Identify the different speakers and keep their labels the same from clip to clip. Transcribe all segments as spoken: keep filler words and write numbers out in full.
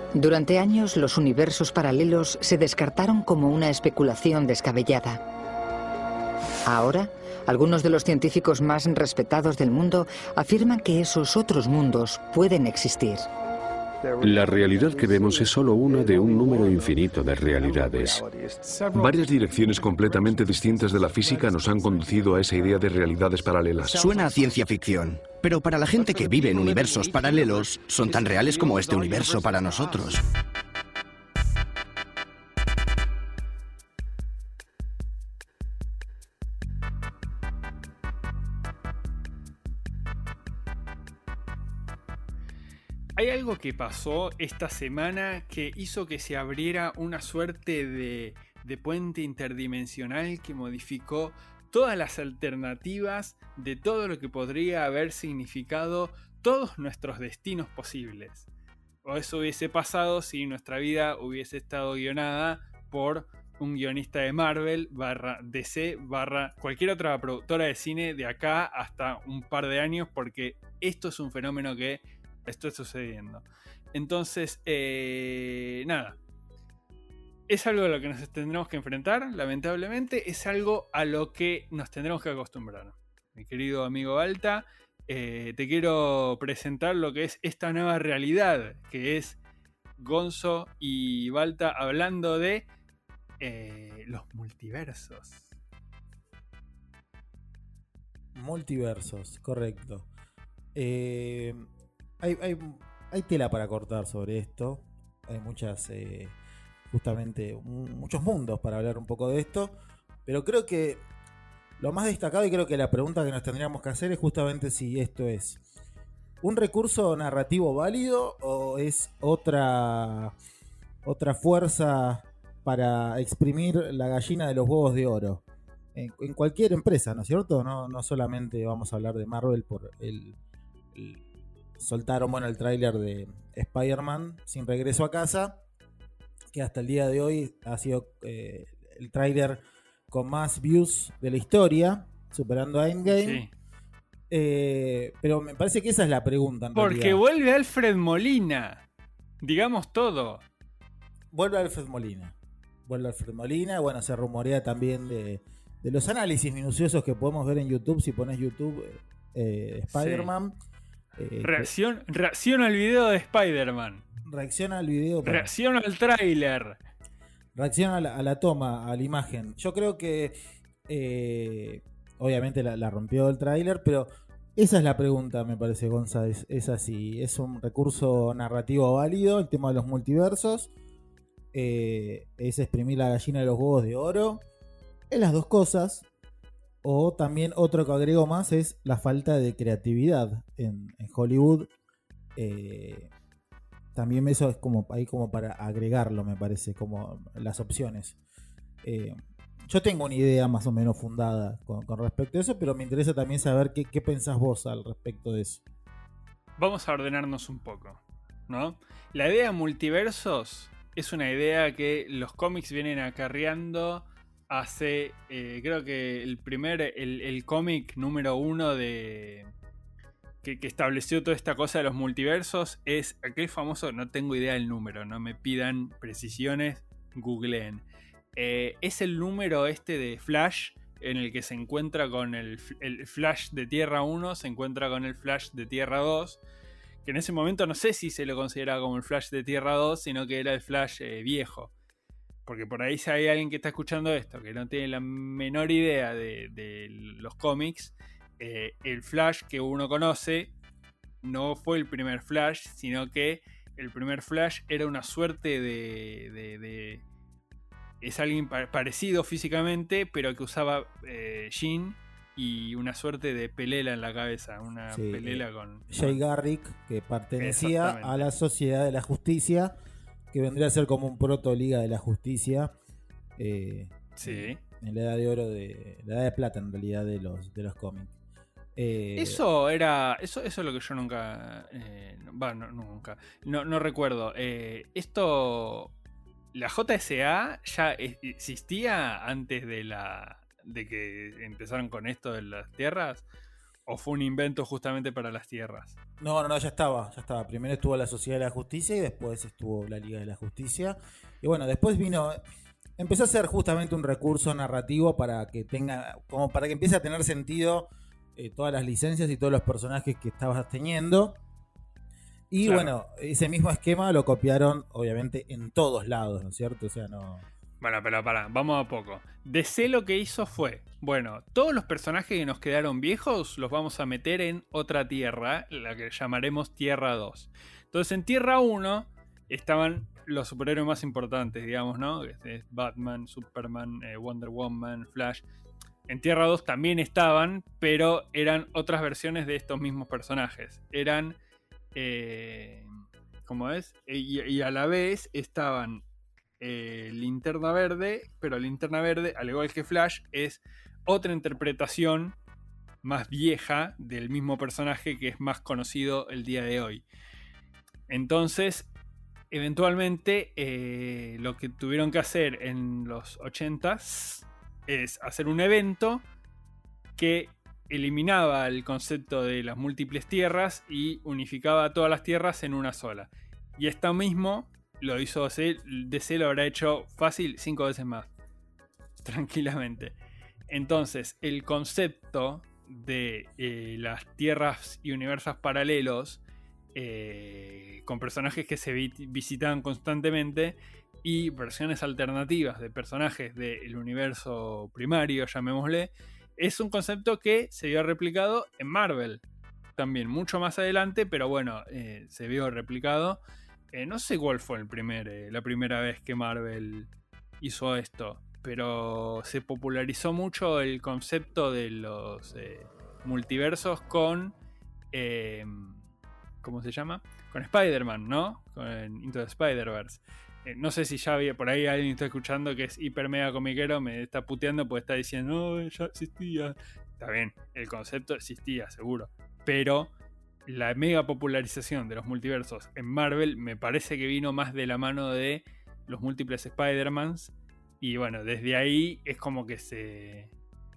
Speaker 1: Durante años, los universos paralelos se descartaron como una especulación descabellada. Ahora, algunos de los científicos más respetados del mundo afirman que esos otros mundos pueden existir.
Speaker 2: La realidad que vemos es solo una de un número infinito de realidades. Varias direcciones completamente distintas de la física nos han conducido a esa idea de realidades paralelas.
Speaker 3: Suena a ciencia ficción, pero para la gente que vive en universos paralelos, son tan reales como este universo para nosotros.
Speaker 4: Hay algo que pasó esta semana que hizo que se abriera una suerte de, de puente interdimensional que modificó todas las alternativas de todo lo que podría haber significado todos nuestros destinos posibles. O eso hubiese pasado si nuestra vida hubiese estado guionada por un guionista de Marvel, barra D C, barra cualquier otra productora de cine de acá hasta un par de años, porque esto es un fenómeno que esto está sucediendo. Entonces, eh, nada. Es algo a lo que nos tendremos que enfrentar, lamentablemente. Es algo a lo que nos tendremos que acostumbrar. Mi querido amigo Balta, eh, te quiero presentar lo que es esta nueva realidad, que es Gonzo y Balta hablando de eh, los multiversos.
Speaker 5: Multiversos, correcto. Eh... Hay, hay, hay tela para cortar sobre esto. Hay muchas, eh, justamente, muchos mundos para hablar un poco de esto. Pero creo que lo más destacado, y creo que la pregunta que nos tendríamos que hacer es justamente si esto es un recurso narrativo válido o es otra, otra fuerza para exprimir la gallina de los huevos de oro. En, en cualquier empresa, ¿no es cierto? No, no solamente vamos a hablar de Marvel por el... el soltaron, bueno, el tráiler de Spider-Man Sin Regreso a Casa, que hasta el día de hoy ha sido eh, el tráiler con más views de la historia, superando a Endgame. Sí. Eh, pero me parece que esa es la pregunta, en
Speaker 4: Porque
Speaker 5: realidad.
Speaker 4: Vuelve Alfred Molina. Digamos todo.
Speaker 5: Vuelve Alfred Molina. Vuelve Alfred Molina. Bueno, se rumorea también de, de los análisis minuciosos que podemos ver en YouTube. Si pones YouTube eh, Spider-Man. Sí.
Speaker 4: Eh, reacción, reacción al video de Spider-Man.
Speaker 5: Reacciona al video. Para...
Speaker 4: Reacción al tráiler.
Speaker 5: Reacciona a la, a la toma, a la imagen. Yo creo que eh, obviamente la, la rompió el tráiler, pero esa es la pregunta, me parece, Gonza. Es, es así. ¿Es un recurso narrativo válido el tema de los multiversos? Eh, ¿Es exprimir la gallina de los huevos de oro? Es las dos cosas. O también otro que agrego más es la falta de creatividad en, en Hollywood. Eh, también eso es como ahí como para agregarlo, me parece, como las opciones. Eh, yo tengo una idea más o menos fundada con, con respecto a eso, pero me interesa también saber qué, qué pensás vos al respecto de eso.
Speaker 4: Vamos a ordenarnos un poco, ¿no? La idea de multiversos es una idea que los cómics vienen acarreando hace, eh, creo que el primer, el, el cómic número uno de que, que estableció toda esta cosa de los multiversos es aquel famoso, no tengo idea del número, no me pidan precisiones, googleen. Eh, es el número este de Flash en el que se encuentra con el, el Flash de Tierra uno, se encuentra con el Flash de Tierra dos, que en ese momento no sé si se lo consideraba como el Flash de Tierra dos, sino que era el Flash eh, viejo. Porque por ahí si hay alguien que está escuchando esto, que no tiene la menor idea de, de los cómics, eh, el Flash que uno conoce no fue el primer Flash, sino que el primer Flash era una suerte de... de, de es alguien parecido físicamente, pero que usaba eh, jean y una suerte de pelela en la cabeza. Una sí, pelela con...
Speaker 5: Jay Garrick, que pertenecía a la Sociedad de la Justicia, que vendría a ser como un proto-liga de la justicia. Eh,
Speaker 4: sí.
Speaker 5: En la edad de oro, de la edad de plata en realidad de los, de los cómics.
Speaker 4: Eh, eso era. Eso, eso es lo que yo nunca. Eh, no, no, nunca. No, no recuerdo. Eh, esto. La J S A ya existía antes de la. de que empezaron con esto de las tierras. ¿O fue un invento justamente para las tierras?
Speaker 5: No, no, no, ya estaba, ya estaba. Primero estuvo la Sociedad de la Justicia y después estuvo la Liga de la Justicia. Y bueno, después vino, empezó a ser justamente un recurso narrativo para que tenga, como para que empiece a tener sentido eh, todas las licencias y todos los personajes que estabas teniendo. Y claro, bueno, ese mismo esquema lo copiaron obviamente en todos lados, ¿no es cierto? O sea, no...
Speaker 4: Bueno, pero pará, vamos a poco. D C lo que hizo fue, bueno, todos los personajes que nos quedaron viejos los vamos a meter en otra tierra, la que llamaremos Tierra dos. Entonces en Tierra uno estaban los superhéroes más importantes, digamos, ¿no? Batman, Superman, eh, Wonder Woman, Flash. En Tierra dos también estaban, pero eran otras versiones de estos mismos personajes. Eran... Eh, ¿Cómo es? Y, y a la vez estaban eh, Linterna Verde, pero Linterna Verde, al igual que Flash, es otra interpretación más vieja del mismo personaje que es más conocido el día de hoy. Entonces, eventualmente, eh, lo que tuvieron que hacer en los ochentas es hacer un evento que eliminaba el concepto de las múltiples tierras y unificaba todas las tierras en una sola. Y esto mismo lo hizo D C, D C lo habrá hecho fácil cinco veces más. Tranquilamente. Entonces, el concepto de eh, las tierras y universos paralelos eh, con personajes que se vi- visitaban constantemente y versiones alternativas de personajes del universo primario, llamémosle, es un concepto que se vio replicado en Marvel también, mucho más adelante, pero bueno, eh, se vio replicado. Eh, no sé cuál fue el primer, eh, la primera vez que Marvel hizo esto, pero se popularizó mucho el concepto de los eh, multiversos con... Eh, ¿Cómo se llama? Con Spider-Man, ¿no? Con Into the Spider-Verse. Eh, no sé si ya había, por ahí alguien está escuchando que es hiper mega comiquero, me está puteando porque está diciendo, no, ya existía. Está bien, el concepto existía, seguro. Pero la mega popularización de los multiversos en Marvel me parece que vino más de la mano de los múltiples Spider-Mans. Y bueno, desde ahí es como que se...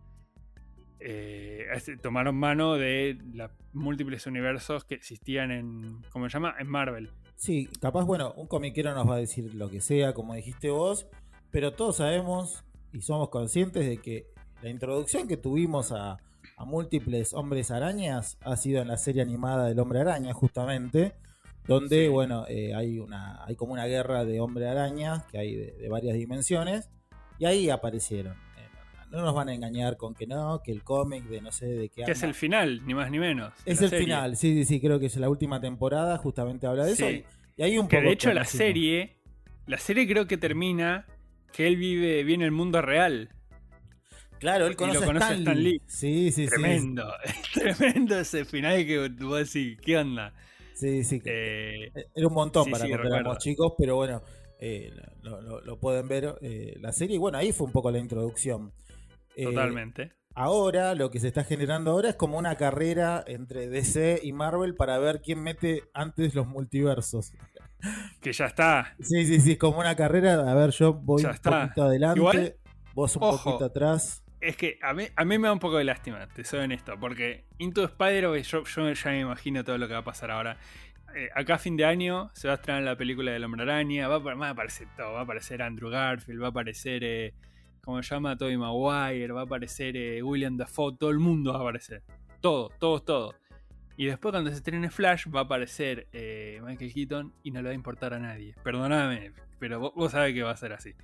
Speaker 4: Eh, tomaron mano de los múltiples universos que existían en, ¿cómo se llama? En Marvel.
Speaker 5: Sí, capaz, bueno, un comiquero nos va a decir lo que sea, como dijiste vos, pero todos sabemos y somos conscientes de que la introducción que tuvimos a, a múltiples hombres arañas ha sido en la serie animada del Hombre Araña, justamente, donde, sí, bueno, eh, hay una hay como una guerra de hombre araña que hay de, de varias dimensiones, y ahí aparecieron. No nos van a engañar con que no, que el cómic de no sé de qué...
Speaker 4: Que es el final, ni más ni menos.
Speaker 5: Es el serie. final, sí, sí, sí, creo que es la última temporada, justamente habla de sí. eso. Y, y hay un
Speaker 4: que
Speaker 5: poco
Speaker 4: de hecho la serie, la serie creo que termina que él vive bien el mundo real.
Speaker 5: Claro, él conoce,
Speaker 4: y lo conoce a Stan Lee.
Speaker 5: Sí, sí,
Speaker 4: tremendo,
Speaker 5: sí.
Speaker 4: Tremendo ese final que vos decís, ¿qué onda?
Speaker 5: Sí, sí.
Speaker 4: Eh,
Speaker 5: era un montón sí, para
Speaker 4: sí,
Speaker 5: cuando éramos chicos, pero bueno, eh, lo, lo, lo pueden ver eh, la serie. Y bueno, ahí fue un poco la introducción.
Speaker 4: Totalmente.
Speaker 5: Eh, ahora, lo que se está generando ahora es como una carrera entre D C y Marvel para ver quién mete antes los multiversos.
Speaker 4: Que ya está.
Speaker 5: Sí, sí, sí, como una carrera. A ver, yo voy ya un está. poquito adelante, igual, vos un ojo, poquito atrás.
Speaker 4: Es que a mí, a mí me da un poco de lástima, te soy honesto, porque Into Spider-Man, yo, yo ya me imagino todo lo que va a pasar ahora. Eh, acá a fin de año se va a estrenar la película del Hombre Araña, va a, va a aparecer todo, va a aparecer Andrew Garfield, va a aparecer... Eh, como se llama, Tobey Maguire, va a aparecer eh, William Dafoe, todo el mundo va a aparecer. Todo, todo, todo. Y después cuando se estrene Flash va a aparecer eh, Michael Keaton y no le va a importar a nadie. Perdóname, pero vos, vos sabés que va a ser así.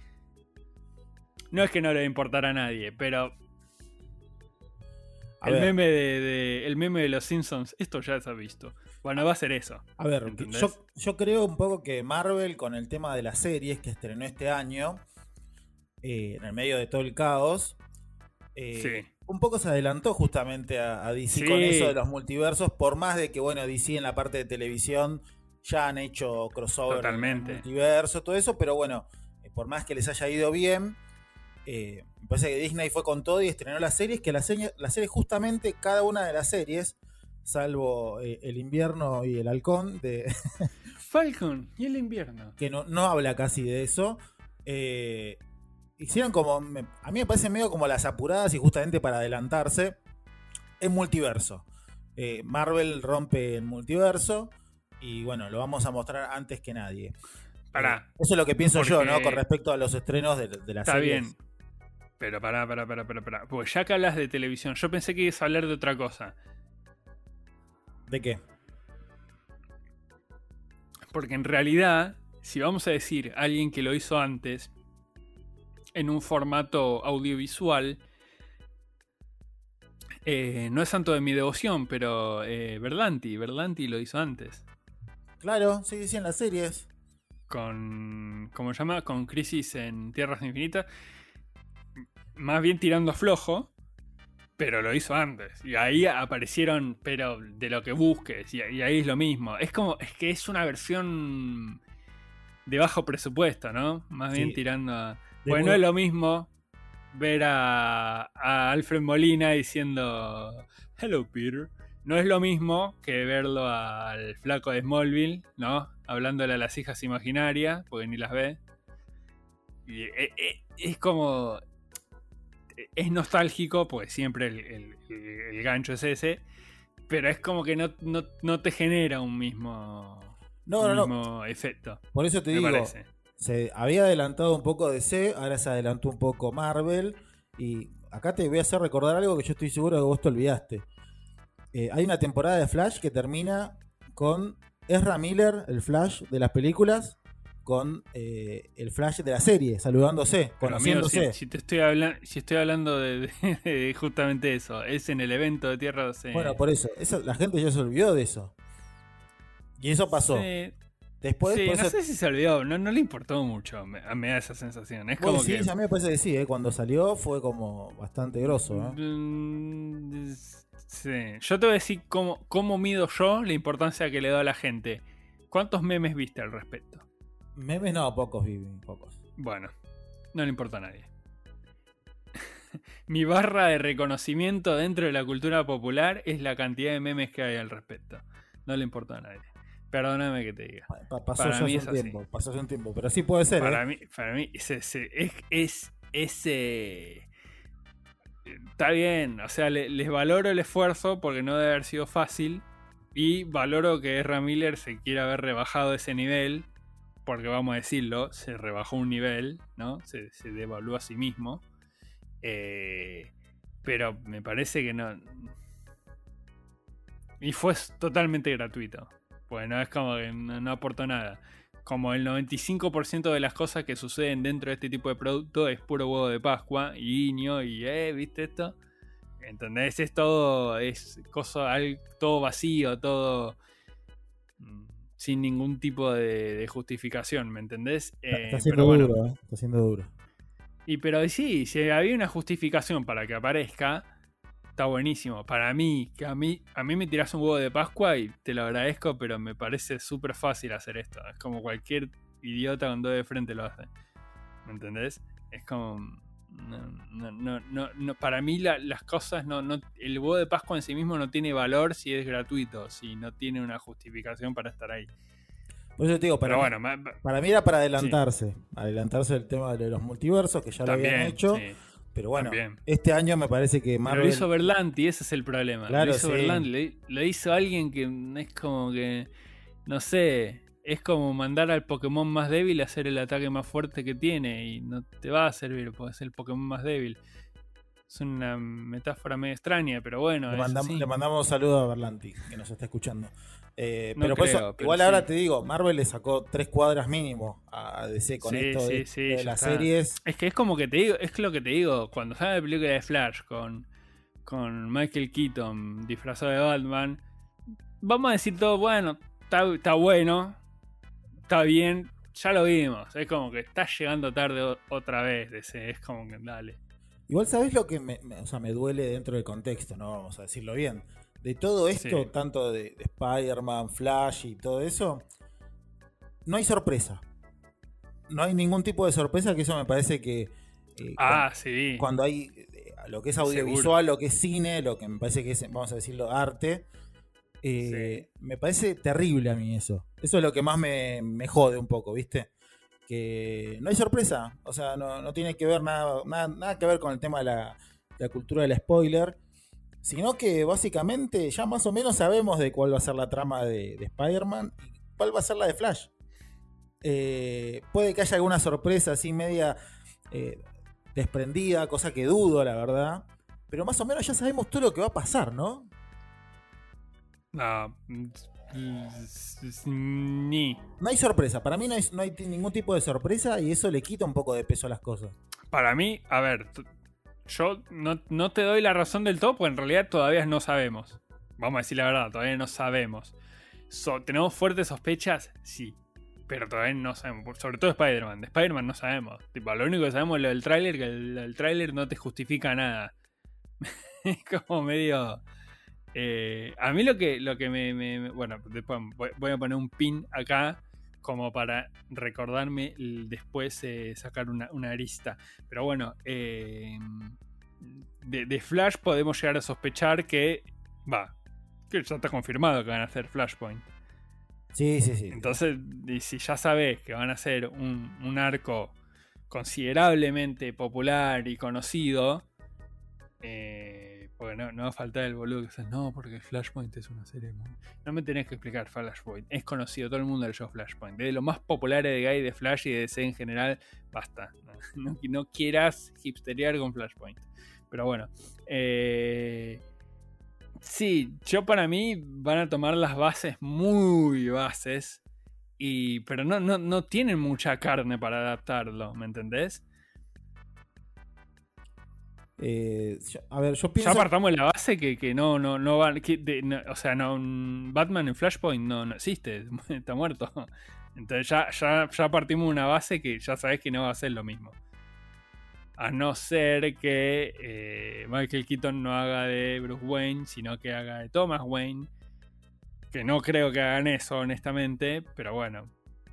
Speaker 4: No es que no le va a importar a nadie, pero... A el ver. meme de, de el meme de los Simpsons, esto ya se ha visto. Bueno, va a ser eso.
Speaker 5: A ver, yo, yo creo un poco que Marvel con el tema de las series que estrenó este año... Eh, en el medio de todo el caos, eh, sí. un poco se adelantó justamente a, a D C sí. con eso de los multiversos, por más de que, bueno, D C en la parte de televisión ya han hecho crossover
Speaker 4: Totalmente.
Speaker 5: en el multiverso, todo eso, pero bueno, eh, por más que les haya ido bien, eh, me parece que Disney fue con todo y estrenó las series, que la serie, la serie justamente, cada una de las series, salvo eh, El Invierno y El Halcón, de
Speaker 4: Falcon y El Invierno,
Speaker 5: que no, no habla casi de eso, eh... hicieron como, a mí me parece medio como las apuradas y justamente para adelantarse, en multiverso. Eh, Marvel rompe el multiverso y bueno, lo vamos a mostrar antes que nadie.
Speaker 4: Pará.
Speaker 5: Eh, eso es lo que pienso
Speaker 4: porque...
Speaker 5: yo, ¿no? Con respecto a los estrenos de, de la serie.
Speaker 4: Está bien. Pero pará, pará, pará, pará, pará. Porque ya que hablas de televisión, yo pensé que ibas a hablar de otra cosa.
Speaker 5: ¿De qué?
Speaker 4: Porque en realidad, si vamos a decir alguien que lo hizo antes, en un formato audiovisual, eh, no es santo de mi devoción, pero eh, Berlanti, Berlanti lo hizo antes.
Speaker 5: Claro, sí, sí, en las series.
Speaker 4: Con, ¿cómo se llama? Con Crisis en Tierras Infinitas. Más bien tirando flojo, pero lo hizo antes. Y ahí aparecieron, pero de lo que busques. Y, y ahí es lo mismo. Es como, es que es una versión de bajo presupuesto, ¿no? Más bien
Speaker 5: Sí.
Speaker 4: tirando a...
Speaker 5: De
Speaker 4: Bueno,
Speaker 5: modo-
Speaker 4: no es lo mismo ver a, a Alfred Molina diciendo Hello Peter. No es lo mismo que verlo al flaco de Smallville, ¿no? Hablándole a las hijas imaginarias, porque ni las ve. Y es, es- es como... Es nostálgico, porque siempre el, el- el- el gancho es ese. Pero es como que no, no, no te genera un mismo,
Speaker 5: No,
Speaker 4: un
Speaker 5: no, no.
Speaker 4: mismo efecto.
Speaker 5: Por eso te
Speaker 4: Me
Speaker 5: digo,
Speaker 4: parece.
Speaker 5: se había adelantado un poco D C, ahora se adelantó un poco Marvel. Y acá te voy a hacer recordar algo que yo estoy seguro que vos te olvidaste. Eh, hay una temporada de Flash que termina con Ezra Miller, el Flash de las películas, con eh, el Flash de la serie, saludándose,
Speaker 4: Pero, amigo,
Speaker 5: conociéndose.
Speaker 4: si, si te estoy hablando, si estoy hablando de, de- de justamente eso, es en el evento de Tierra doce.
Speaker 5: Bueno, por eso, eso, la gente ya se olvidó de eso. Y eso pasó.
Speaker 4: Sí,
Speaker 5: Después,
Speaker 4: sí,
Speaker 5: por
Speaker 4: no
Speaker 5: eso,
Speaker 4: sé si se olvidó, no, no le importó mucho, me, me da esa sensación. Es como
Speaker 5: vos decís,
Speaker 4: que...
Speaker 5: a mí me parece que sí, eh, cuando salió fue como bastante grosso. ¿eh?
Speaker 4: Mm, sí. Yo te voy a decir cómo, cómo mido yo la importancia que le doy a la gente. ¿Cuántos memes viste al respecto?
Speaker 5: Memes no, pocos viven, pocos.
Speaker 4: Bueno, no le importa a nadie. Mi barra de reconocimiento dentro de la cultura popular es la cantidad de memes que hay al respecto. No le importa a nadie. Perdóname que te diga.
Speaker 5: Pa- pa- pasó
Speaker 4: Para
Speaker 5: ya
Speaker 4: mí
Speaker 5: hace
Speaker 4: es
Speaker 5: un
Speaker 4: así.
Speaker 5: tiempo, pasó hace un tiempo, pero sí puede ser.
Speaker 4: Para
Speaker 5: ¿eh?
Speaker 4: mí, para mí es, ese- es, es ese... Está bien, o sea, le- les valoro el esfuerzo porque no debe haber sido fácil. Y valoro que Ezra Miller se quiera haber rebajado ese nivel. Porque vamos a decirlo, se rebajó un nivel, ¿no? Se, se devaluó a sí mismo. Eh, pero me parece que no. Y fue totalmente gratuito. Bueno, es como que no, no aportó nada. Como el noventa y cinco por ciento de las cosas que suceden dentro de este tipo de producto es puro huevo de Pascua y guiño y eh, ¿viste esto? ¿Entendés? Es todo, es cosa, al- todo vacío, todo mm, sin ningún tipo de, de justificación, ¿me entendés?
Speaker 5: Está,
Speaker 4: Eh,
Speaker 5: está siendo
Speaker 4: pero bueno,
Speaker 5: duro, ¿eh? Está siendo duro.
Speaker 4: y pero sí, si había una justificación para que aparezca, está buenísimo. Para mí, que a mí, a mí me tirás un huevo de Pascua y te lo agradezco, pero me parece súper fácil hacer esto. Es como cualquier idiota con dos de frente lo hace. ¿Me entendés? Es como... No, no, no, no, no, para mí la- las cosas no, no... El huevo de Pascua en sí mismo no tiene valor si es gratuito, si no tiene una justificación para estar ahí.
Speaker 5: Por eso te digo, para,
Speaker 4: Pero
Speaker 5: mí,
Speaker 4: bueno, ma- ma-
Speaker 5: para mí era para adelantarse. Adelantarse del tema de los multiversos, que ya lo habían
Speaker 4: también,
Speaker 5: hecho.
Speaker 4: sí.
Speaker 5: Pero bueno,
Speaker 4: también.
Speaker 5: este año me parece que
Speaker 4: Pero
Speaker 5: Marvel.
Speaker 4: lo hizo Berlanti, ese es el problema.
Speaker 5: Claro,
Speaker 4: lo hizo
Speaker 5: sí.
Speaker 4: Berlanti, lo, lo hizo alguien que es como que, no sé, es como mandar al Pokémon más débil a hacer el ataque más fuerte que tiene y no te va a servir, porque es el Pokémon más débil. Es una metáfora medio extraña, pero bueno,
Speaker 5: Le
Speaker 4: es
Speaker 5: mandamos,
Speaker 4: así.
Speaker 5: le mandamos un saludo a Berlanti, que nos está escuchando. Eh,
Speaker 4: No
Speaker 5: pero por
Speaker 4: creo,
Speaker 5: eso,
Speaker 4: pero
Speaker 5: igual
Speaker 4: sí.
Speaker 5: ahora te digo, Marvel le sacó tres cuadras mínimo a D C con
Speaker 4: Sí,
Speaker 5: esto de,
Speaker 4: sí, sí,
Speaker 5: de
Speaker 4: ya
Speaker 5: las
Speaker 4: está.
Speaker 5: series.
Speaker 4: Es que es como que te digo, es lo que te digo, cuando sale la película de Flash con, con Michael Keaton disfrazado de Batman, vamos a decir todo, bueno, está, está bueno, está bien, ya lo vimos. Es como que está llegando tarde o- otra vez, ese, es como que dale.
Speaker 5: Igual sabés lo que me, me- o sea, me duele dentro del contexto, ¿no? Vamos a decirlo bien. De todo esto,
Speaker 4: Sí.
Speaker 5: tanto de, de Spider-Man, Flash y todo eso, no hay sorpresa. No hay ningún tipo de sorpresa, que eso me parece que eh,
Speaker 4: Ah, sí.
Speaker 5: cuando hay eh, lo que es audiovisual, lo que es cine, lo que me parece que es, vamos a decirlo, arte, eh, me parece terrible a mí eso. Eso es lo que más me, me jode un poco, ¿viste? Que no hay sorpresa, o sea, no, no tiene que ver nada, nada, nada que ver con el tema de la, de la cultura del spoiler. sino que básicamente ya más o menos sabemos de cuál va a ser la trama de, de Spider-Man y cuál va a ser la de Flash. Eh, puede que haya alguna sorpresa así media eh, desprendida, cosa que dudo, la verdad. Pero más o menos ya sabemos todo lo que va a pasar, ¿no?
Speaker 4: No. Ni.
Speaker 5: No hay sorpresa. Para mí no hay, no hay ningún tipo de sorpresa y eso le quita un poco de peso a las cosas.
Speaker 4: Para mí, a ver, yo no, no te doy la razón del todo, porque en realidad todavía no sabemos. Vamos a decir la verdad, todavía no sabemos. So, ¿Tenemos fuertes sospechas? Sí. Pero todavía no sabemos. Sobre todo Spider-Man. De Spider-Man no sabemos. Tipo, lo único que sabemos es lo del tráiler, que el, el tráiler no te justifica nada. Es como medio... Eh, a mí lo que, lo que me, me, me... Bueno, después voy, voy a poner un pin acá como para recordarme el, después eh, sacar una, una arista. Pero bueno, eh, de, de Flash podemos llegar a sospechar que... Va, que ya está confirmado que van a hacer Flashpoint.
Speaker 5: Sí, sí, sí.
Speaker 4: Entonces, y si ya sabes que van a hacer un, un arco considerablemente popular y conocido, eh, porque no, no va a faltar el boludo que dice, no, porque Flashpoint es una serie muy... No me tenés que explicar Flashpoint, es conocido, todo el mundo leyó Flashpoint. De los más populares de Guy, de Flash y de D C en general, basta. No, no, no quieras hipsterear con Flashpoint. Pero bueno, eh... sí, yo para mí van a tomar las bases muy bases, y, pero no, no, no tienen mucha carne para adaptarlo, ¿me entendés?
Speaker 5: Eh, yo, a ver, yo pienso...
Speaker 4: Ya apartamos de la base que, que no, no, no va, que de, no, o sea, no, Batman en Flashpoint no, no existe, está muerto. Entonces ya, ya, ya partimos de una base que ya sabés que no va a ser lo mismo. A no ser que eh, Michael Keaton no haga de Bruce Wayne, sino que haga de Thomas Wayne. Que no creo que hagan eso, honestamente. Pero bueno.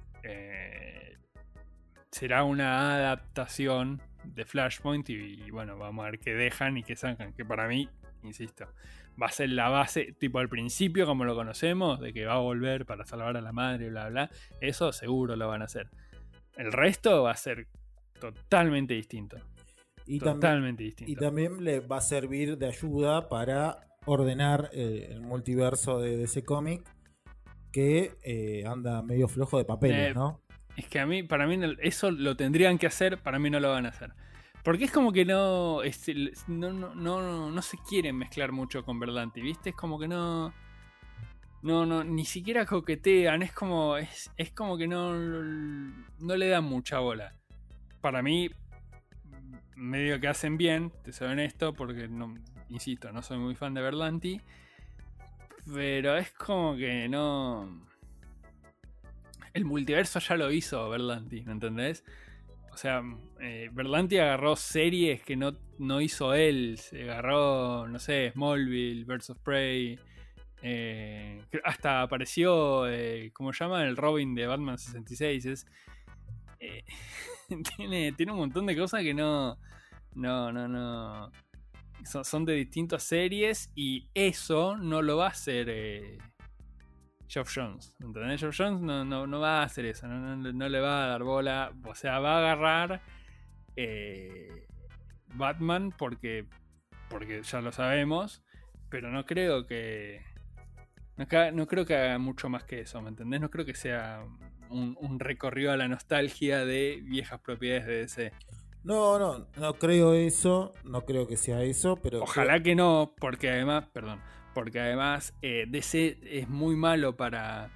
Speaker 4: Eh, será una adaptación de Flashpoint. Y, y bueno, vamos a ver qué dejan y qué sacan. Que para mí, insisto, va a ser la base, tipo al principio, como lo conocemos, de que va a volver para salvar a la madre, bla, bla. Eso seguro lo van a hacer. El resto va a ser totalmente distinto.
Speaker 5: Y
Speaker 4: Totalmente
Speaker 5: también,
Speaker 4: distinto.
Speaker 5: Y también le va a servir de ayuda para ordenar eh, el multiverso de D C Comic, que eh, anda medio flojo de papeles,
Speaker 4: eh,
Speaker 5: ¿no?
Speaker 4: Es que a mí, para mí, eso lo tendrían que hacer, para mí no lo van a hacer. Porque es como que no, es, no, no, no, no se quieren mezclar mucho con Berlanti, ¿viste? Es como que no... No, no, ni siquiera coquetean, es como, es, es como que no, no le dan mucha bola. Para mí... medio que hacen bien, te soy honesto, porque no, insisto, no soy muy fan de Berlanti, pero es como que no... El multiverso ya lo hizo Berlanti, ¿me entendés? O sea, eh, Berlanti agarró series que no, no hizo él, se agarró, no sé, Smallville, Birds of Prey, eh, hasta apareció, eh, ¿cómo se llama? El Robin de Batman sesenta y seis, es... Eh, tiene, tiene un montón de cosas que no. No, no, no. Son, son de distintas series. Y eso no lo va a hacer eh, Geoff Johns. ¿Entendés? Geoff Johns no, no, no va a hacer eso. No, no, no le va a dar bola. O sea, va a agarrar eh, Batman porque. Porque ya lo sabemos. Pero no creo que. No, no creo que haga mucho más que eso, ¿me entendés? No creo que sea un, un recorrido a la nostalgia de viejas propiedades de D C.
Speaker 5: No, no, no creo eso, no creo que sea eso, pero...
Speaker 4: Ojalá creo... que no, porque además, perdón, porque además eh, D C es muy malo para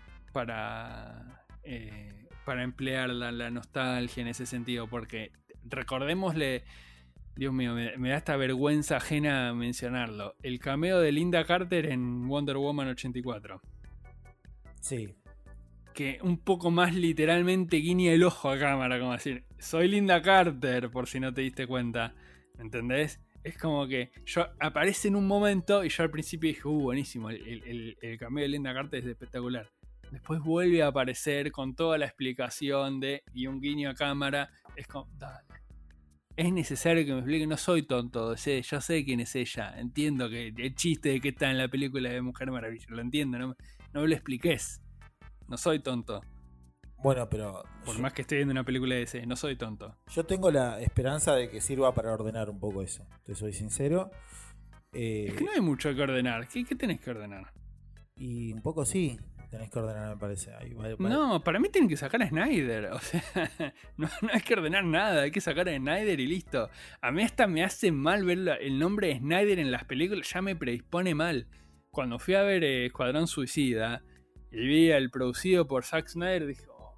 Speaker 4: para eh, para emplear la, la nostalgia en ese sentido, porque recordémosle, Dios mío, me, me da esta vergüenza ajena mencionarlo, el cameo de Linda Carter en Wonder Woman ochenta y cuatro.
Speaker 5: Sí.
Speaker 4: Que un poco más literalmente guiña el ojo a cámara, como decir, soy Linda Carter, por si no te diste cuenta, ¿entendés? Es como que yo aparece en un momento y yo al principio dije, uh, buenísimo, el, el, el cameo de Linda Carter es espectacular. Después vuelve a aparecer con toda la explicación de y un guiño a cámara, es como, dale. Es necesario que me explique, no soy tonto, sé, yo sé quién es ella, entiendo que el chiste de que está en la película de Mujer Maravilla, lo entiendo, no, no me lo expliques, no soy tonto.
Speaker 5: Bueno, pero...
Speaker 4: Por
Speaker 5: yo,
Speaker 4: más que esté viendo una película de D C, no soy tonto.
Speaker 5: Yo tengo la esperanza de que sirva para ordenar un poco eso, te soy sincero. Eh,
Speaker 4: es que no hay mucho que ordenar. ¿Qué, qué tenés que ordenar?
Speaker 5: Y un poco sí, tenés que ordenar, me parece. Ahí va- va-
Speaker 4: No, para mí tienen que sacar a Snyder. O sea, no, no hay que ordenar nada. Hay que sacar a Snyder y listo. A mí hasta me hace mal ver la- el nombre de Snyder en las películas. Ya me predispone mal. Cuando fui a ver eh, Escuadrón Suicida y vi el producido por Zack Snyder, dije, oh,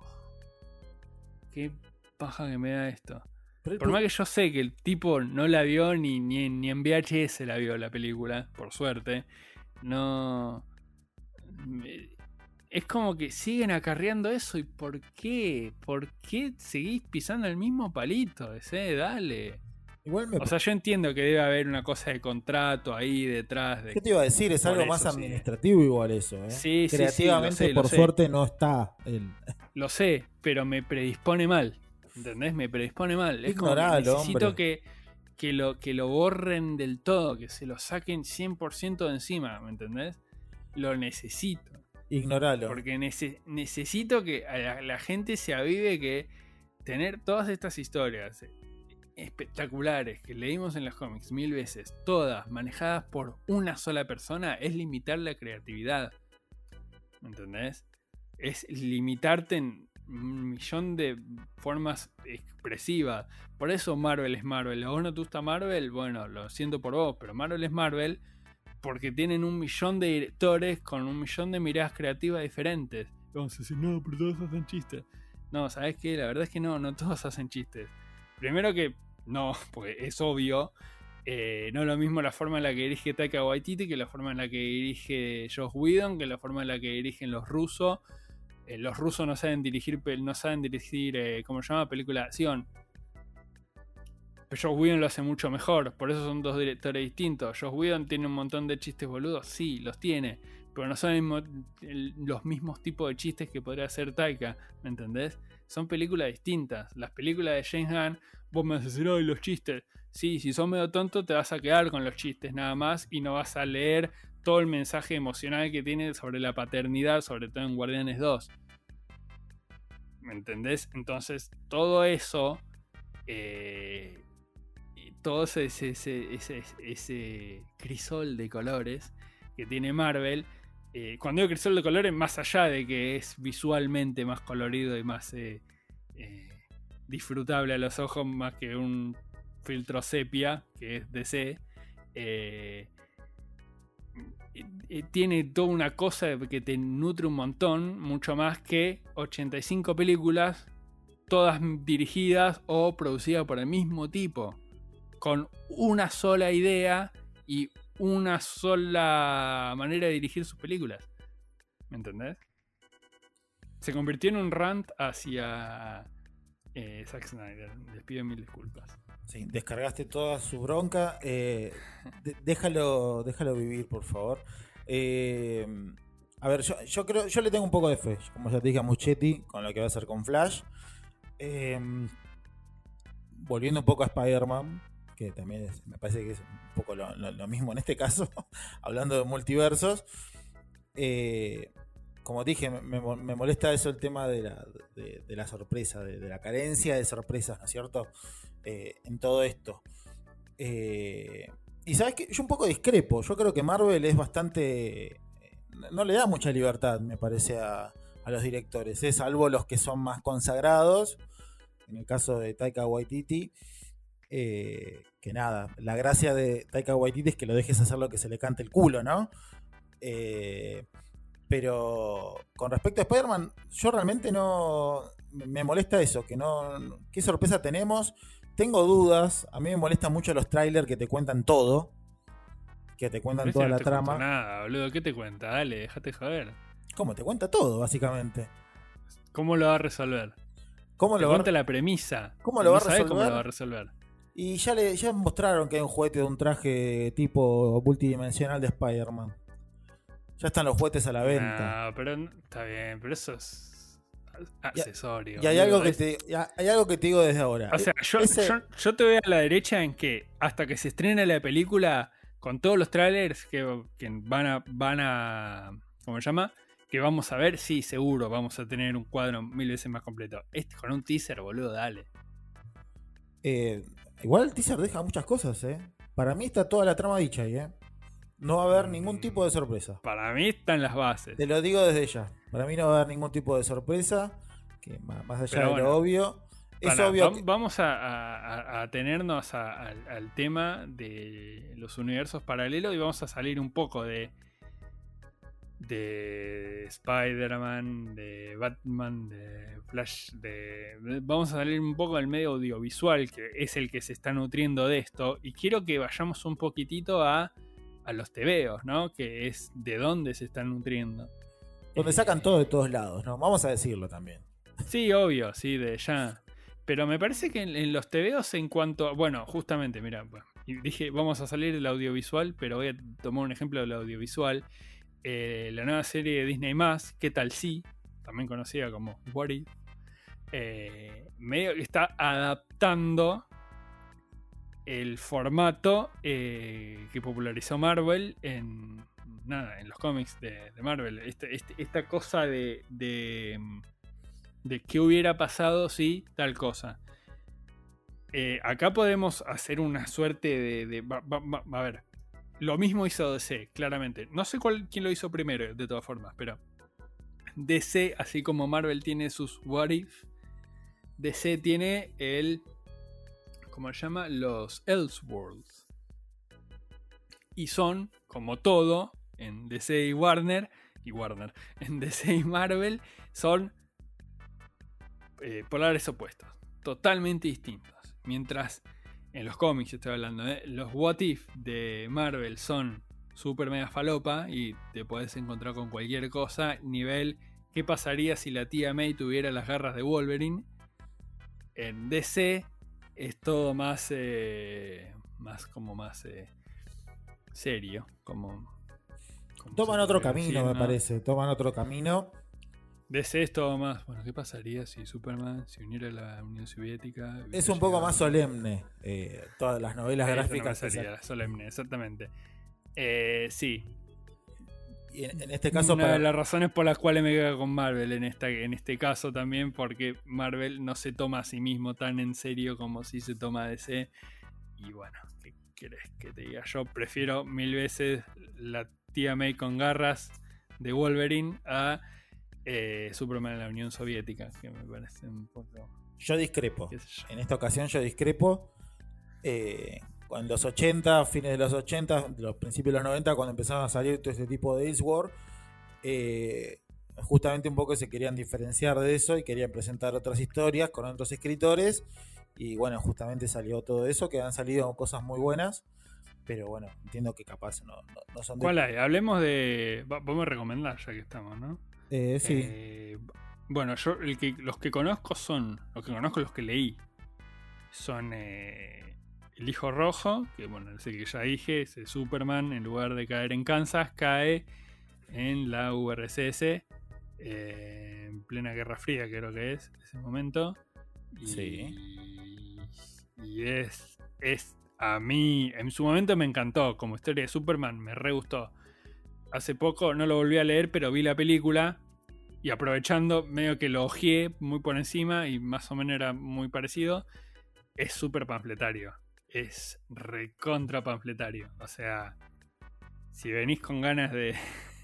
Speaker 4: qué paja que me da esto.
Speaker 5: Pero el
Speaker 4: Por
Speaker 5: pro-
Speaker 4: más que yo sé que el tipo no la vio ni, ni, en- ni en V H S la vio la película, por suerte, no... me- Es como que siguen acarreando eso. ¿Y por qué? ¿Por qué seguís pisando el mismo palito? Ese, dale.
Speaker 5: igual me
Speaker 4: O sea, yo entiendo que debe haber una cosa de contrato ahí detrás. De...
Speaker 5: ¿Qué te iba a decir? Es
Speaker 4: Por
Speaker 5: algo
Speaker 4: eso,
Speaker 5: más
Speaker 4: sí.
Speaker 5: administrativo igual eso, ¿eh?
Speaker 4: Sí, sí, sí,
Speaker 5: Creativamente,
Speaker 4: lo sé, lo
Speaker 5: por
Speaker 4: sé.
Speaker 5: suerte, no está el...
Speaker 4: Lo sé, pero me predispone mal. ¿Entendés? Me predispone mal. Es como que
Speaker 5: Ignoralo,
Speaker 4: necesito
Speaker 5: hombre.
Speaker 4: que, que, lo, que lo borren del todo, que se lo saquen cien por ciento de encima, ¿me entendés? Lo necesito.
Speaker 5: Ignoralo.
Speaker 4: Porque nece- necesito que a la, la gente se avive que tener todas estas historias espectaculares que leímos en los cómics mil veces, todas manejadas por una sola persona, es limitar la creatividad. ¿Me entendés? Es limitarte en un millón de formas expresivas. Por eso Marvel es Marvel. ¿A vos no te gusta Marvel? Bueno, lo siento por vos, pero Marvel es Marvel porque tienen un millón de directores con un millón de miradas creativas diferentes. Vamos a decir, no, pero todos hacen chistes. No, ¿sabes qué? La verdad es que no, no todos hacen chistes. Primero que no, porque es obvio. Eh, no es lo mismo la forma en la que dirige Taika Waititi que la forma en la que dirige Joss Whedon, que la forma en la que dirigen los rusos. Eh, los rusos no saben dirigir, no saben dirigir, eh, ¿cómo se llama? Película de acción. Pero Joss Whedon lo hace mucho mejor, por eso son dos directores distintos. Joss Whedon tiene un montón de chistes boludos, sí, los tiene, pero no son el mismo- el- los mismos tipos de chistes que podría hacer Taika, ¿me entendés? Son películas distintas. Las películas de James Gunn, vos me vas a decir, ¡ay, los chistes! Sí, si sos medio tonto te vas a quedar con los chistes nada más y no vas a leer todo el mensaje emocional que tiene sobre la paternidad, sobre todo en Guardianes dos. ¿Me entendés? Entonces, todo eso... Eh, y todo ese, ese, ese, ese, ese crisol de colores que tiene Marvel, eh, cuando digo crisol de colores, más allá de que es visualmente más colorido y más eh, eh, disfrutable a los ojos, más que un filtro sepia, que es D C, eh, eh, tiene toda una cosa que te nutre un montón, mucho más que ochenta y cinco películas, todas dirigidas o producidas por el mismo tipo, con una sola idea y una sola manera de dirigir sus películas. ¿Me entendés? Se convirtió en un rant hacia eh, Zack Snyder. Les pido mil disculpas.
Speaker 5: Sí, descargaste toda su bronca. eh, de- déjalo, déjalo vivir, por favor. Eh, a ver, yo, yo creo, yo le tengo un poco de fe, como ya te dije a Muschietti, con lo que va a hacer con Flash. Eh, volviendo un poco a Spider-Man, que también es- me parece que es un poco lo, lo- lo mismo en este caso, hablando de multiversos. Eh, como dije, me, me- me molesta eso el tema de la, de, de la sorpresa, de, de la carencia de sorpresas, ¿no es cierto? Eh, en todo esto. Eh, y sabes que yo un poco discrepo. Yo creo que Marvel es bastante. No le da mucha libertad, me parece, a, a los directores, ¿eh? Salvo los que son más consagrados. En el caso de Taika Waititi. Eh, que nada, la gracia de Taika Waititi es que lo dejes hacer lo que se le cante el culo, ¿no? Eh, pero con respecto a Spider-Man, yo realmente no. Me molesta eso, que no. ¿Qué sorpresa tenemos? Tengo dudas. A mí me molestan mucho los trailers que te cuentan todo. Que te cuentan
Speaker 4: Pero
Speaker 5: toda
Speaker 4: este no
Speaker 5: la
Speaker 4: te
Speaker 5: trama.
Speaker 4: cuento nada, boludo. ¿Qué te cuenta? Dale, déjate joder.
Speaker 5: ¿Cómo? Te cuenta todo, básicamente.
Speaker 4: ¿Cómo lo va a resolver?
Speaker 5: ¿Cómo
Speaker 4: Te
Speaker 5: lo va
Speaker 4: cuenta
Speaker 5: a...
Speaker 4: la premisa.
Speaker 5: ¿Cómo lo
Speaker 4: No
Speaker 5: va a
Speaker 4: sabés cómo
Speaker 5: resolver?
Speaker 4: lo va a resolver.
Speaker 5: Y ya le ya mostraron que hay un juguete de un traje tipo multidimensional de Spider-Man. Ya están los juguetes a la venta.
Speaker 4: No, pero no- está bien, pero eso es accesorio.
Speaker 5: Y hay
Speaker 4: boludo.
Speaker 5: algo, que
Speaker 4: Es-
Speaker 5: te, y hay algo que te digo desde ahora.
Speaker 4: O sea, yo,
Speaker 5: Ese-
Speaker 4: yo, yo te veo a la derecha en que hasta que se estrene la película, con todos los trailers que, que van a, van a. ¿Cómo se llama? Que vamos a ver, sí, seguro, vamos a tener un cuadro mil veces más completo. Este con un teaser, boludo, dale.
Speaker 5: eh, igual el teaser deja muchas cosas, ¿eh? Para mí está toda la trama dicha ahí, ¿eh? No va a haber ningún tipo de sorpresa.
Speaker 4: Para mí están las bases.
Speaker 5: Te lo digo desde ya. Para mí no va a haber ningún tipo de sorpresa. Que más, más allá
Speaker 4: Pero
Speaker 5: de
Speaker 4: bueno,
Speaker 5: lo obvio. Es
Speaker 4: para,
Speaker 5: obvio
Speaker 4: va-
Speaker 5: que...
Speaker 4: Vamos a, a- a tenernos a- al, al tema de los universos paralelos y vamos a salir un poco de de Spider-Man, de Batman, de Flash, de vamos a salir un poco del medio audiovisual, que es el que se está nutriendo de esto, y quiero que vayamos un poquitito a, a los tebeos, ¿no? Que es de dónde se están nutriendo.
Speaker 5: Donde sacan todo de todos lados, ¿no? Vamos a decirlo también.
Speaker 4: Sí, obvio, sí, de ya. Pero me parece que en, en los tebeos en cuanto a... Bueno, justamente, mira, bueno, y dije, vamos a salir del audiovisual, pero voy a tomar un ejemplo del audiovisual. Eh, la nueva serie de Disney más, ¿Qué tal si? También conocida como What If, eh, medio que está adaptando el formato eh, que popularizó Marvel en nada, en los cómics de, de Marvel. Este, este, esta cosa de, de de qué hubiera pasado si tal cosa. Eh, acá podemos hacer una suerte de, de va, va, va, a ver. Lo mismo hizo D C, claramente. No sé cuál, quién lo hizo primero, de todas formas, pero D C, así como Marvel tiene sus What If, D C tiene el... ¿Cómo se llama? Los Elseworlds. Y son, como todo, en D C y Warner, y Warner, en D C y Marvel, son eh, polares opuestos, totalmente distintos. Mientras en los cómics estoy hablando, ¿eh? Los What If de Marvel son super mega falopa y te podés encontrar con cualquier cosa. Nivel, ¿qué pasaría si la tía May tuviera las garras de Wolverine? En D C es todo más, eh, más como más eh, serio, como, como
Speaker 5: Toman
Speaker 4: se
Speaker 5: otro
Speaker 4: podría
Speaker 5: camino,
Speaker 4: decir,
Speaker 5: me
Speaker 4: ¿no?
Speaker 5: parece. Toman otro camino.
Speaker 4: D C es todo más, bueno, ¿qué pasaría si Superman se uniera a la Unión Soviética?
Speaker 5: Es un poco más solemne. Eh, todas las novelas
Speaker 4: Esa
Speaker 5: gráficas.
Speaker 4: no me salía,
Speaker 5: esas-
Speaker 4: solemne, exactamente. Eh, sí.
Speaker 5: Y en, en este caso,
Speaker 4: Una
Speaker 5: para,
Speaker 4: de las razones por las cuales me quedo con Marvel en, esta, en este caso también, porque Marvel no se toma a sí mismo tan en serio como si se toma D C. Y bueno, ¿qué querés que te diga? Yo prefiero mil veces la tía May con garras de Wolverine a eh, Superman en la Unión Soviética, que me parece un poco...
Speaker 5: yo discrepo.
Speaker 4: qué sé yo.
Speaker 5: En esta ocasión yo discrepo. Eh, en los ochenta, fines de los ochenta, de los principios de los noventa, cuando empezaron a salir todo este tipo de Elseworld, eh, justamente un poco se querían diferenciar de eso y querían presentar otras historias con otros escritores. Y bueno, justamente salió todo eso, que han salido cosas muy buenas. Pero bueno, entiendo que capaz no, no, no son de...
Speaker 4: ¿Cuál hay? Hablemos de... va- Vamos a recomendar ya que estamos, ¿no?
Speaker 5: Eh, sí.
Speaker 4: Eh, bueno, yo el que, los que conozco son, los que conozco, los que leí, son eh, El Hijo Rojo, que bueno, ese que ya dije, ese Superman, en lugar de caer en Kansas, cae en la U R S S, eh, en plena Guerra Fría creo que es, ese momento. Y,
Speaker 5: Sí.
Speaker 4: y es, es, a mí, en su momento me encantó, como historia de Superman, me re gustó. Hace poco no lo volví a leer, pero vi la película y aprovechando, medio que lo ojeé muy por encima y más o menos era muy parecido. Es súper panfletario. Es recontra panfletario. O sea, si venís con ganas de...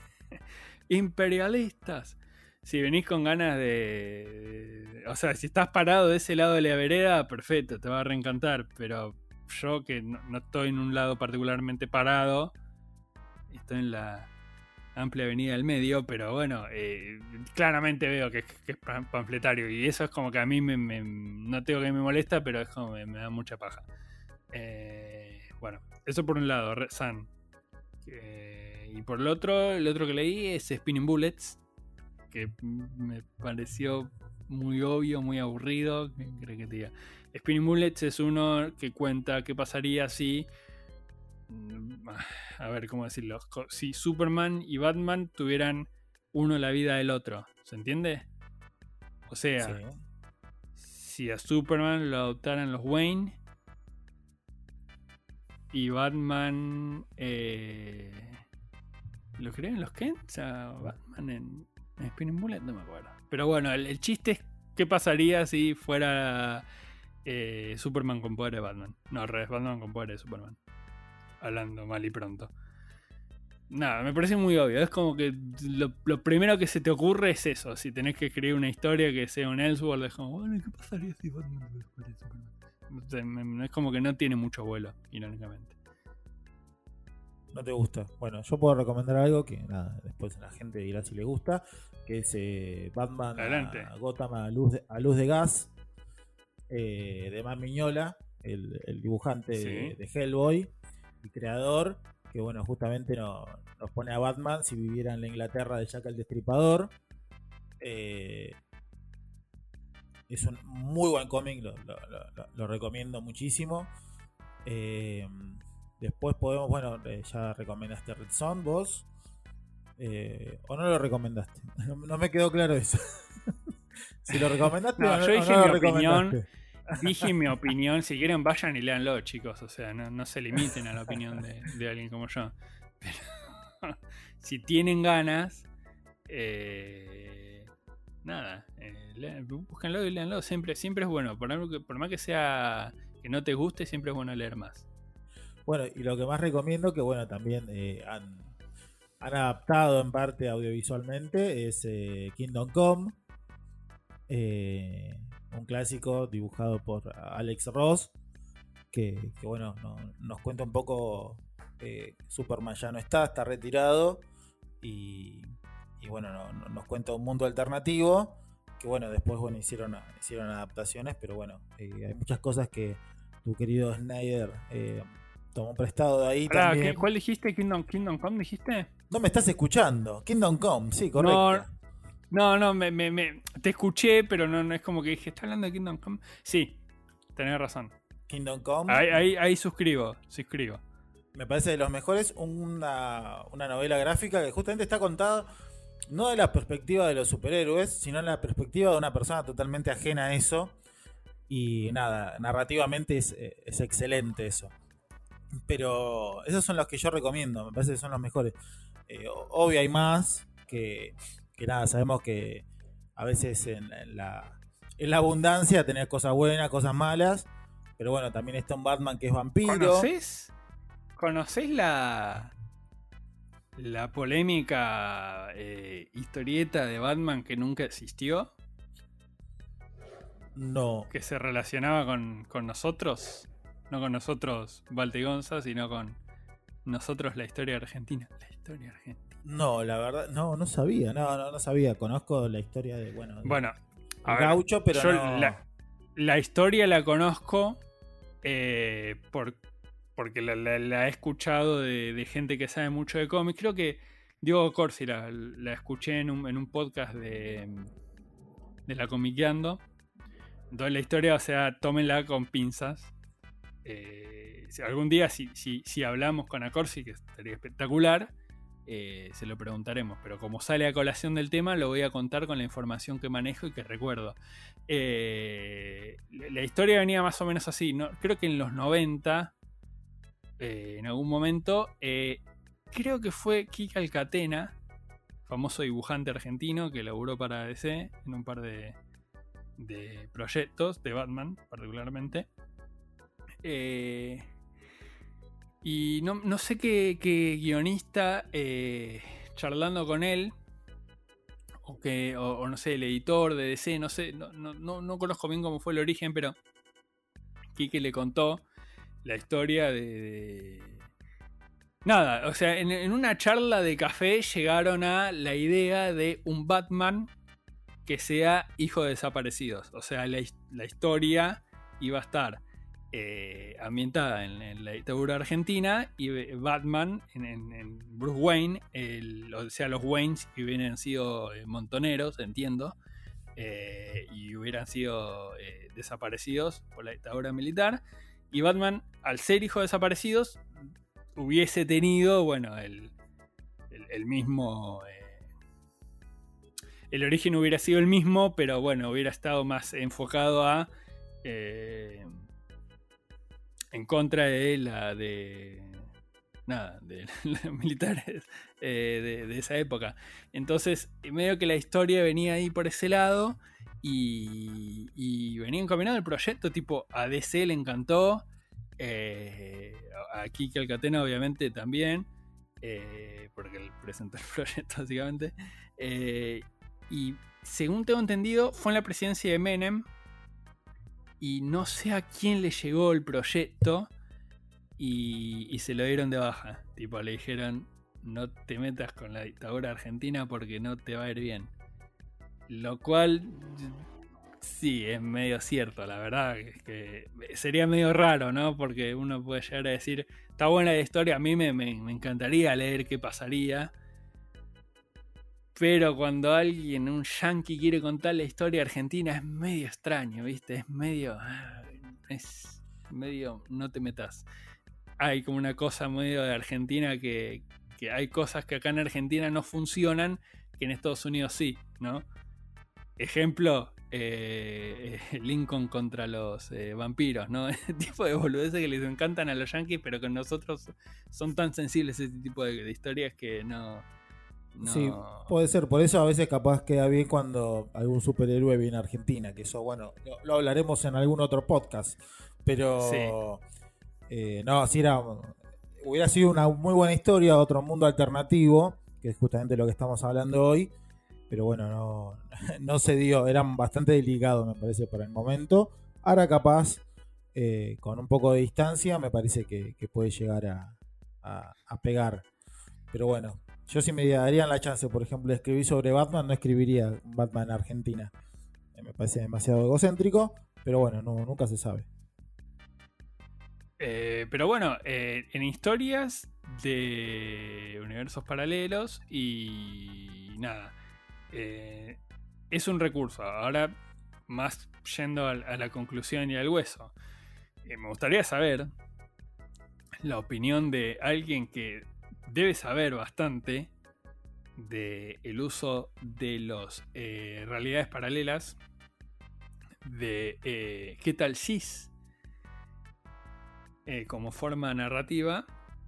Speaker 4: imperialistas. Si venís con ganas de... O sea, si estás parado de ese lado de la vereda, perfecto, te va a reencantar. Pero yo que no, no estoy en un lado particularmente parado, estoy en la amplia avenida del medio, pero bueno, eh, claramente veo que, que es panfletario y eso es como que a mí me, me, no tengo que me molesta, pero es como me, me da mucha paja. Eh, bueno, eso por un lado, Red Sun. Eh, y por el otro, el otro que leí es Spinning Bullets, que me pareció muy obvio, muy aburrido. ¿Qué crees que te diga? Spinning Bullets es uno que cuenta qué pasaría si... a ver cómo decirlo, si Superman y Batman tuvieran uno la vida del otro, ¿se entiende? O sea,
Speaker 5: Sí.
Speaker 4: si a Superman lo adoptaran los Wayne y Batman eh, ¿lo crean los Kent? O sea, Batman en, en Spinning Bullet, no me acuerdo, pero bueno, el, el chiste es qué pasaría si fuera eh, Superman con poder de Batman, no, al revés, Batman con poder de Superman, hablando mal y pronto. Nada, me parece muy obvio. Es como que lo, lo primero que se te ocurre es eso. Si tenés que escribir una historia que sea un Elseworld, es como, bueno, ¿qué pasaría si Batman fuera Superman? O sea, me- es como que no tiene mucho vuelo, irónicamente.
Speaker 5: ¿No te gusta? Bueno, yo puedo recomendar algo que nada, después la gente dirá si le gusta, que es eh, Batman
Speaker 4: Adelante.
Speaker 5: a Gotham a luz de, a luz de gas, eh, de Matt Mignola, el, el dibujante
Speaker 4: Sí.
Speaker 5: de, de Hellboy y creador, que bueno, justamente no- nos pone a Batman si viviera en la Inglaterra de Jack el Destripador. Eh, es un muy buen cómic, lo, lo- lo- lo- lo recomiendo muchísimo. Eh, después podemos, bueno, eh, ya recomendaste Red Son vos. Eh, ¿O no lo recomendaste? No, no me quedó claro eso. Si lo recomendaste
Speaker 4: No,
Speaker 5: o no,
Speaker 4: yo
Speaker 5: o
Speaker 4: dije
Speaker 5: no lo
Speaker 4: mi opinión.
Speaker 5: recomendaste.
Speaker 4: Dije mi opinión. Si quieren, vayan y léanlo, chicos. O sea, no, no se limiten a la opinión de, de alguien como yo. Pero si tienen ganas, eh, nada, eh, le- búsquenlo y léanlo. Siempre, siempre es bueno. Por, algo que, por más que sea que no te guste, siempre es bueno leer más.
Speaker 5: Bueno, y lo que más recomiendo, que bueno, también eh, han, han adaptado en parte audiovisualmente, es eh, Kingdom Come. Eh, un clásico dibujado por Alex Ross, que, que, bueno, no- nos cuenta un poco. eh, Superman ya no está, está retirado, y, y bueno, no- no- nos cuenta un mundo alternativo, que bueno, después bueno, hicieron, hicieron adaptaciones, pero bueno, eh, hay muchas cosas que tu querido Snyder eh, tomó prestado de ahí
Speaker 4: Pará,
Speaker 5: también.
Speaker 4: ¿qué- ¿cuál dijiste? ¿Kingdom, Kingdom Come dijiste?
Speaker 5: No me estás escuchando. Kingdom Come, sí, correcto.
Speaker 4: No, no, me, me- me- te escuché, pero no, no es como que dije, ¿está hablando de Kingdom Come? Sí, tenés razón.
Speaker 5: Kingdom Come.
Speaker 4: Ahí, ahí, ahí suscribo, suscribo.
Speaker 5: Me parece de los mejores, una, una novela gráfica que justamente está contada no de la perspectiva de los superhéroes, sino de la perspectiva de una persona totalmente ajena a eso. Y nada, narrativamente es, eh, es excelente eso. Pero esos son los que yo recomiendo, me parece que son los mejores. Eh, o- obvio hay más, que, que nada, sabemos que a veces en, en la, en la abundancia tenés cosas buenas, cosas malas. Pero bueno, también está un Batman que es vampiro.
Speaker 4: ¿Conocés? ¿Conocés la, la polémica eh, historieta de Batman que nunca existió?
Speaker 5: No.
Speaker 4: Que se relacionaba con, con nosotros. No con nosotros, Valtegonza, sino con nosotros, la historia argentina. La historia argentina.
Speaker 5: No, la verdad, no, no sabía, no, no, no sabía. Conozco la historia de, bueno, de-
Speaker 4: Bueno, a
Speaker 5: el
Speaker 4: ver,
Speaker 5: gaucho, pero
Speaker 4: yo
Speaker 5: no.
Speaker 4: la, la historia la conozco eh, por, porque la, la- la he escuchado de, de gente que sabe mucho de cómics. Creo que Diego Corsi la, la escuché en un, en un podcast de, de La Comiqueando. Entonces la historia, o sea, tómenla con pinzas. Eh, si algún día, si, si, si hablamos con Acorsi, que estaría espectacular, eh, se lo preguntaremos. Pero como sale a colación del tema, lo voy a contar con la información que manejo y que recuerdo. Eh, la, la historia venía más o menos así, ¿no? Creo que en los noventa, eh, en algún momento, eh, creo que fue Kika Alcatena, famoso dibujante argentino que laburó para D C en un par de, de proyectos, de Batman particularmente. Eh, y no, no sé qué, qué guionista eh, charlando con él, o, que, o, o no sé, el editor de D C, no sé, no, no, no, no conozco bien cómo fue el origen, pero Quique le contó la historia de... de... Nada, o sea, en, en una charla de café llegaron a la idea de un Batman que sea hijo de desaparecidos. O sea, la, la historia iba a estar eh, ambientada en, en la dictadura argentina y Batman en, en, en Bruce Wayne, el, o sea, los Waynes que hubieran sido eh, montoneros, entiendo, eh, y hubieran sido eh, desaparecidos por la dictadura militar. Y Batman, al ser hijo de desaparecidos, hubiese tenido, bueno, el, el, el mismo... Eh, el origen hubiera sido el mismo, pero bueno, hubiera estado más enfocado a... Eh, en contra de la... de nada, de los militares eh, de, de esa época. Entonces, medio que la historia venía ahí por ese lado y, y venía encaminado el proyecto, tipo, a D C le encantó. Eh, a Kike Alcatena obviamente también, eh, porque él presentó el proyecto básicamente, eh, y según tengo entendido fue en la presidencia de Menem, y no sé a quién le llegó el proyecto y, y se lo dieron de baja. Tipo, le dijeron, no te metas con la dictadura argentina porque no te va a ir bien. Lo cual, sí, es medio cierto, la verdad. Es que sería medio raro, ¿no? Porque uno puede llegar a decir, está buena la historia, a mí me, me, me encantaría leer qué pasaría. Pero cuando alguien, un yankee, quiere contar la historia argentina es medio extraño, ¿viste? Es medio... Es medio... No te metas. Hay como una cosa medio de Argentina que, que hay cosas que acá en Argentina no funcionan, que en Estados Unidos sí, ¿no? Ejemplo, eh, Lincoln contra los eh, vampiros, ¿no? Ese tipo de boludeces que les encantan a los yankees, pero que nosotros son tan sensibles a ese tipo de, de historias que no... No.
Speaker 5: Sí, puede ser. Por eso a veces capaz queda bien cuando algún superhéroe viene a Argentina. Que eso, bueno, lo, lo hablaremos en algún otro podcast. Pero
Speaker 4: sí.
Speaker 5: eh, no, si era, hubiera sido una muy buena historia, otro mundo alternativo, que es justamente lo que estamos hablando hoy. Pero bueno, no, no se dio. Eran bastante delicados, me parece, por el momento. Ahora capaz, eh, con un poco de distancia, me parece que, que puede llegar a, a, a pegar. Pero bueno, yo si me darían la chance, por ejemplo, de escribir sobre Batman, no escribiría Batman en Argentina. Me parece demasiado egocéntrico, pero bueno, no, nunca se sabe.
Speaker 4: Eh, pero bueno, eh, en historias de universos paralelos y nada, eh, es un recurso. Ahora, más yendo a, a la conclusión y al hueso, eh, me gustaría saber la opinión de alguien que debe saber bastante del uso de las eh, realidades paralelas, de eh, qué tal G I S eh, como forma narrativa.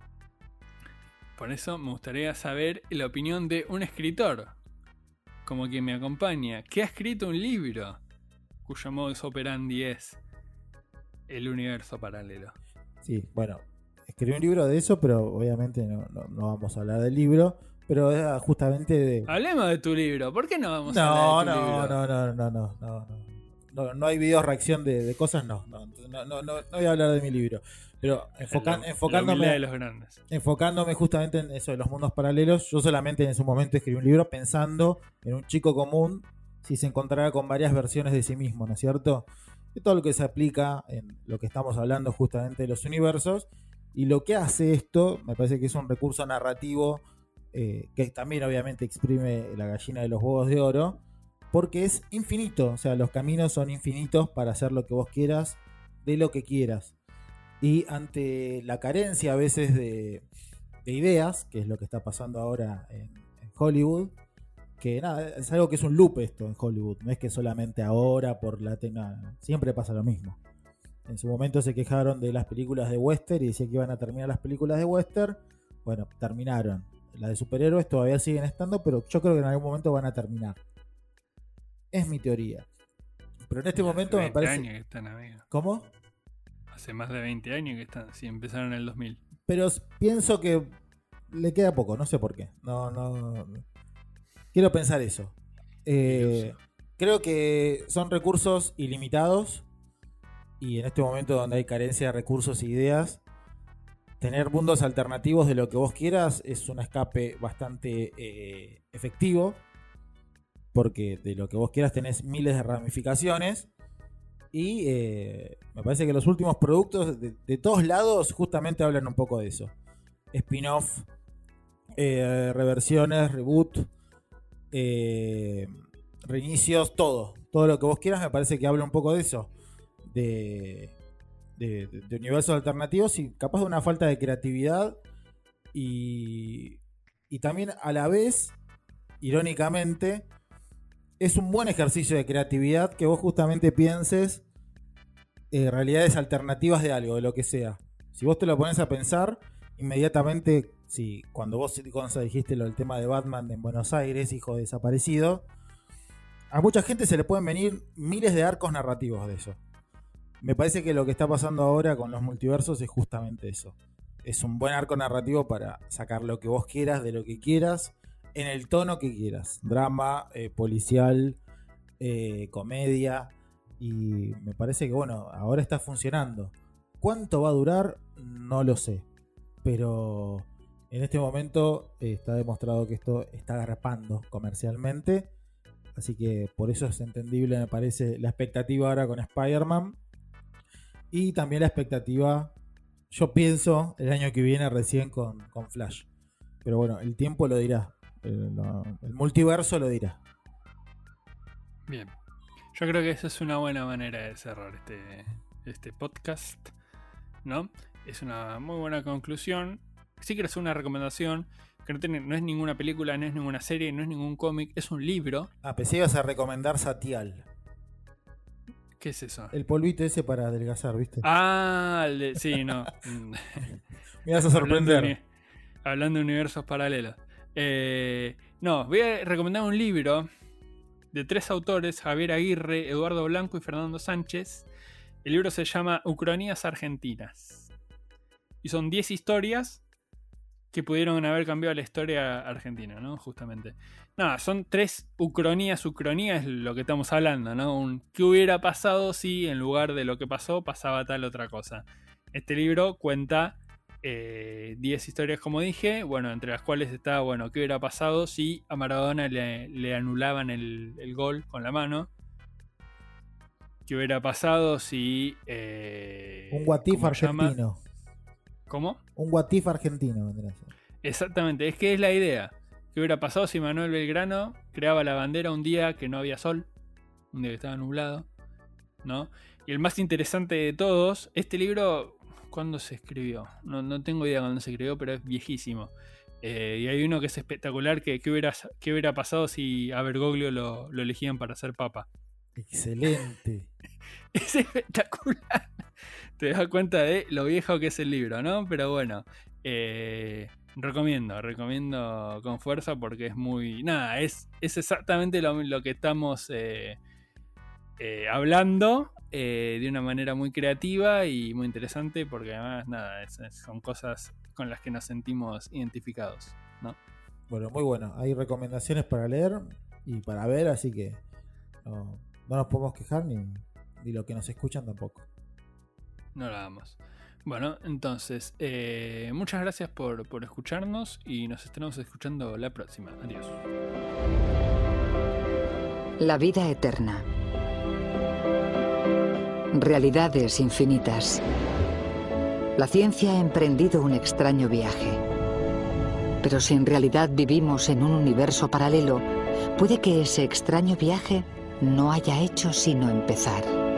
Speaker 4: Por eso me gustaría saber la opinión de un escritor como quien me acompaña, que ha escrito un libro cuyo modus operandi es el universo paralelo.
Speaker 5: Sí, bueno, escribí un libro de eso, pero obviamente no, no, no vamos a hablar del libro, pero es justamente de...
Speaker 4: Hablemos de tu libro, ¿por qué no vamos
Speaker 5: no,
Speaker 4: a hablar de tu
Speaker 5: no,
Speaker 4: libro?
Speaker 5: No, no, no, no, no, no, no, no hay videos reacción de, de cosas, no, no, no, no, no, no voy a hablar de mi libro, pero enfoca,
Speaker 4: la,
Speaker 5: enfocándome,
Speaker 4: la de los grandes.
Speaker 5: enfocándome justamente en eso de los mundos paralelos. Yo solamente en su momento escribí un libro pensando en un chico común si se encontrará con varias versiones de sí mismo, ¿no es cierto? De todo lo que se aplica en lo que estamos hablando justamente de los universos. Y lo que hace esto, me parece que es un recurso narrativo eh, que también obviamente exprime la gallina de los huevos de oro, porque es infinito, o sea, los caminos son infinitos para hacer lo que vos quieras, de lo que quieras. Y ante la carencia a veces de, de ideas, que es lo que está pasando ahora en, en Hollywood, que nada, es algo que es un loop esto en Hollywood, no es que solamente ahora por la tecnología, siempre pasa lo mismo. En su momento se quejaron de las películas de western y decían que iban a terminar las películas de western. Bueno, terminaron. Las de superhéroes todavía siguen estando, pero yo creo que en algún momento van a terminar. Es mi teoría. Pero en este momento me parece...
Speaker 4: años que están, amigo.
Speaker 5: ¿Cómo?
Speaker 4: Hace más de veinte años que están, si empezaron en el dos mil.
Speaker 5: Pero pienso que le queda poco, no sé por qué. No, no... Quiero pensar eso. Eh, creo que son recursos ilimitados. Y en este momento donde hay carencia de recursos e ideas, tener mundos alternativos de lo que vos quieras es un escape bastante eh, efectivo, porque de lo que vos quieras tenés miles de ramificaciones. Y eh, me parece que los últimos productos de, de todos lados justamente hablan un poco de eso. Spin-off, eh, reversiones, reboot, eh, reinicios, todo. Todo lo que vos quieras me parece que habla un poco de eso. De, de, de universos alternativos y capaz de una falta de creatividad y, y también a la vez, irónicamente, es un buen ejercicio de creatividad que vos justamente pienses eh, realidades alternativas de algo, de lo que sea. Si vos te lo pones a pensar, inmediatamente, si cuando vos Gonza, dijiste lo del tema de Batman en Buenos Aires, hijo desaparecido, a mucha gente se le pueden venir miles de arcos narrativos de eso. Me parece que lo que está pasando ahora con los multiversos es justamente eso. es un buen arco narrativo para sacar lo que vos quieras de lo que quieras, en el tono que quieras. Drama, eh, policial, eh, comedia. Y me parece que, bueno, ahora está funcionando. ¿Cuánto va a durar? No lo sé. Pero en este momento eh, está demostrado que esto está garpando comercialmente. Así que por eso es entendible, me parece, la expectativa ahora con Spider-Man. Y también la expectativa, yo pienso, el año que viene recién con, con Flash. Pero bueno, el tiempo lo dirá. El, lo, el multiverso lo dirá.
Speaker 4: Bien. Yo creo que esa es una buena manera de cerrar este, este podcast, ¿no? Es una muy buena conclusión. Sí quiero hacer una recomendación, que no, tiene, no es ninguna película, no es ninguna serie, no es ningún cómic, es un libro.
Speaker 5: Ah, pensé que ibas a recomendar Satial.
Speaker 4: ¿Qué es eso?
Speaker 5: El polvito ese para adelgazar, ¿viste?
Speaker 4: Ah, el de, sí, no.
Speaker 5: Me vas a sorprender.
Speaker 4: Hablando de, hablando de universos paralelos. Eh, no, voy a recomendar un libro de tres autores, Javier Aguirre, Eduardo Blanco y Fernando Sánchez. El libro se llama Ucronías Argentinas. Y son diez historias que pudieron haber cambiado la historia argentina, ¿no? Justamente. Nada, son tres ucronías. Ucronía es lo que estamos hablando, ¿no? Un ¿qué hubiera pasado si en lugar de lo que pasó pasaba tal otra cosa? Este libro cuenta eh, diez historias, como dije, bueno, entre las cuales está, bueno, ¿qué hubiera pasado si a Maradona le, le anulaban el, el gol con la mano? ¿Qué hubiera pasado si... Eh,
Speaker 5: un what if argentino.
Speaker 4: Llama? ¿Cómo?
Speaker 5: Un what if argentino vendrá a ser.
Speaker 4: Exactamente, es que es la idea. ¿Qué hubiera pasado si Manuel Belgrano creaba la bandera un día que no había sol? Un día que estaba nublado, ¿no? Y el más interesante de todos, este libro, ¿cuándo se escribió? No, no tengo idea cuándo se escribió, pero es viejísimo. Eh, y hay uno que es espectacular, que ¿qué hubiera, qué hubiera pasado si a Bergoglio lo, lo elegían para ser papa?
Speaker 5: Excelente.
Speaker 4: Es espectacular. Te das cuenta de lo viejo que es el libro, ¿no? Pero bueno, eh, recomiendo, recomiendo con fuerza porque es muy... Nada, es, es exactamente lo, lo que estamos eh, eh, hablando eh, de una manera muy creativa y muy interesante porque además, nada, es, es, son cosas con las que nos sentimos identificados, ¿no?
Speaker 5: Bueno, muy bueno. Hay recomendaciones para leer y para ver, así que no, no nos podemos quejar ni, ni lo que nos escuchan tampoco.
Speaker 4: No lo hagamos. Bueno, entonces, eh, muchas gracias por, por escucharnos y nos estaremos escuchando la próxima. Adiós.
Speaker 1: La vida eterna. Realidades infinitas. La ciencia ha emprendido un extraño viaje. Pero si en realidad vivimos en un universo paralelo, puede que ese extraño viaje no haya hecho sino empezar.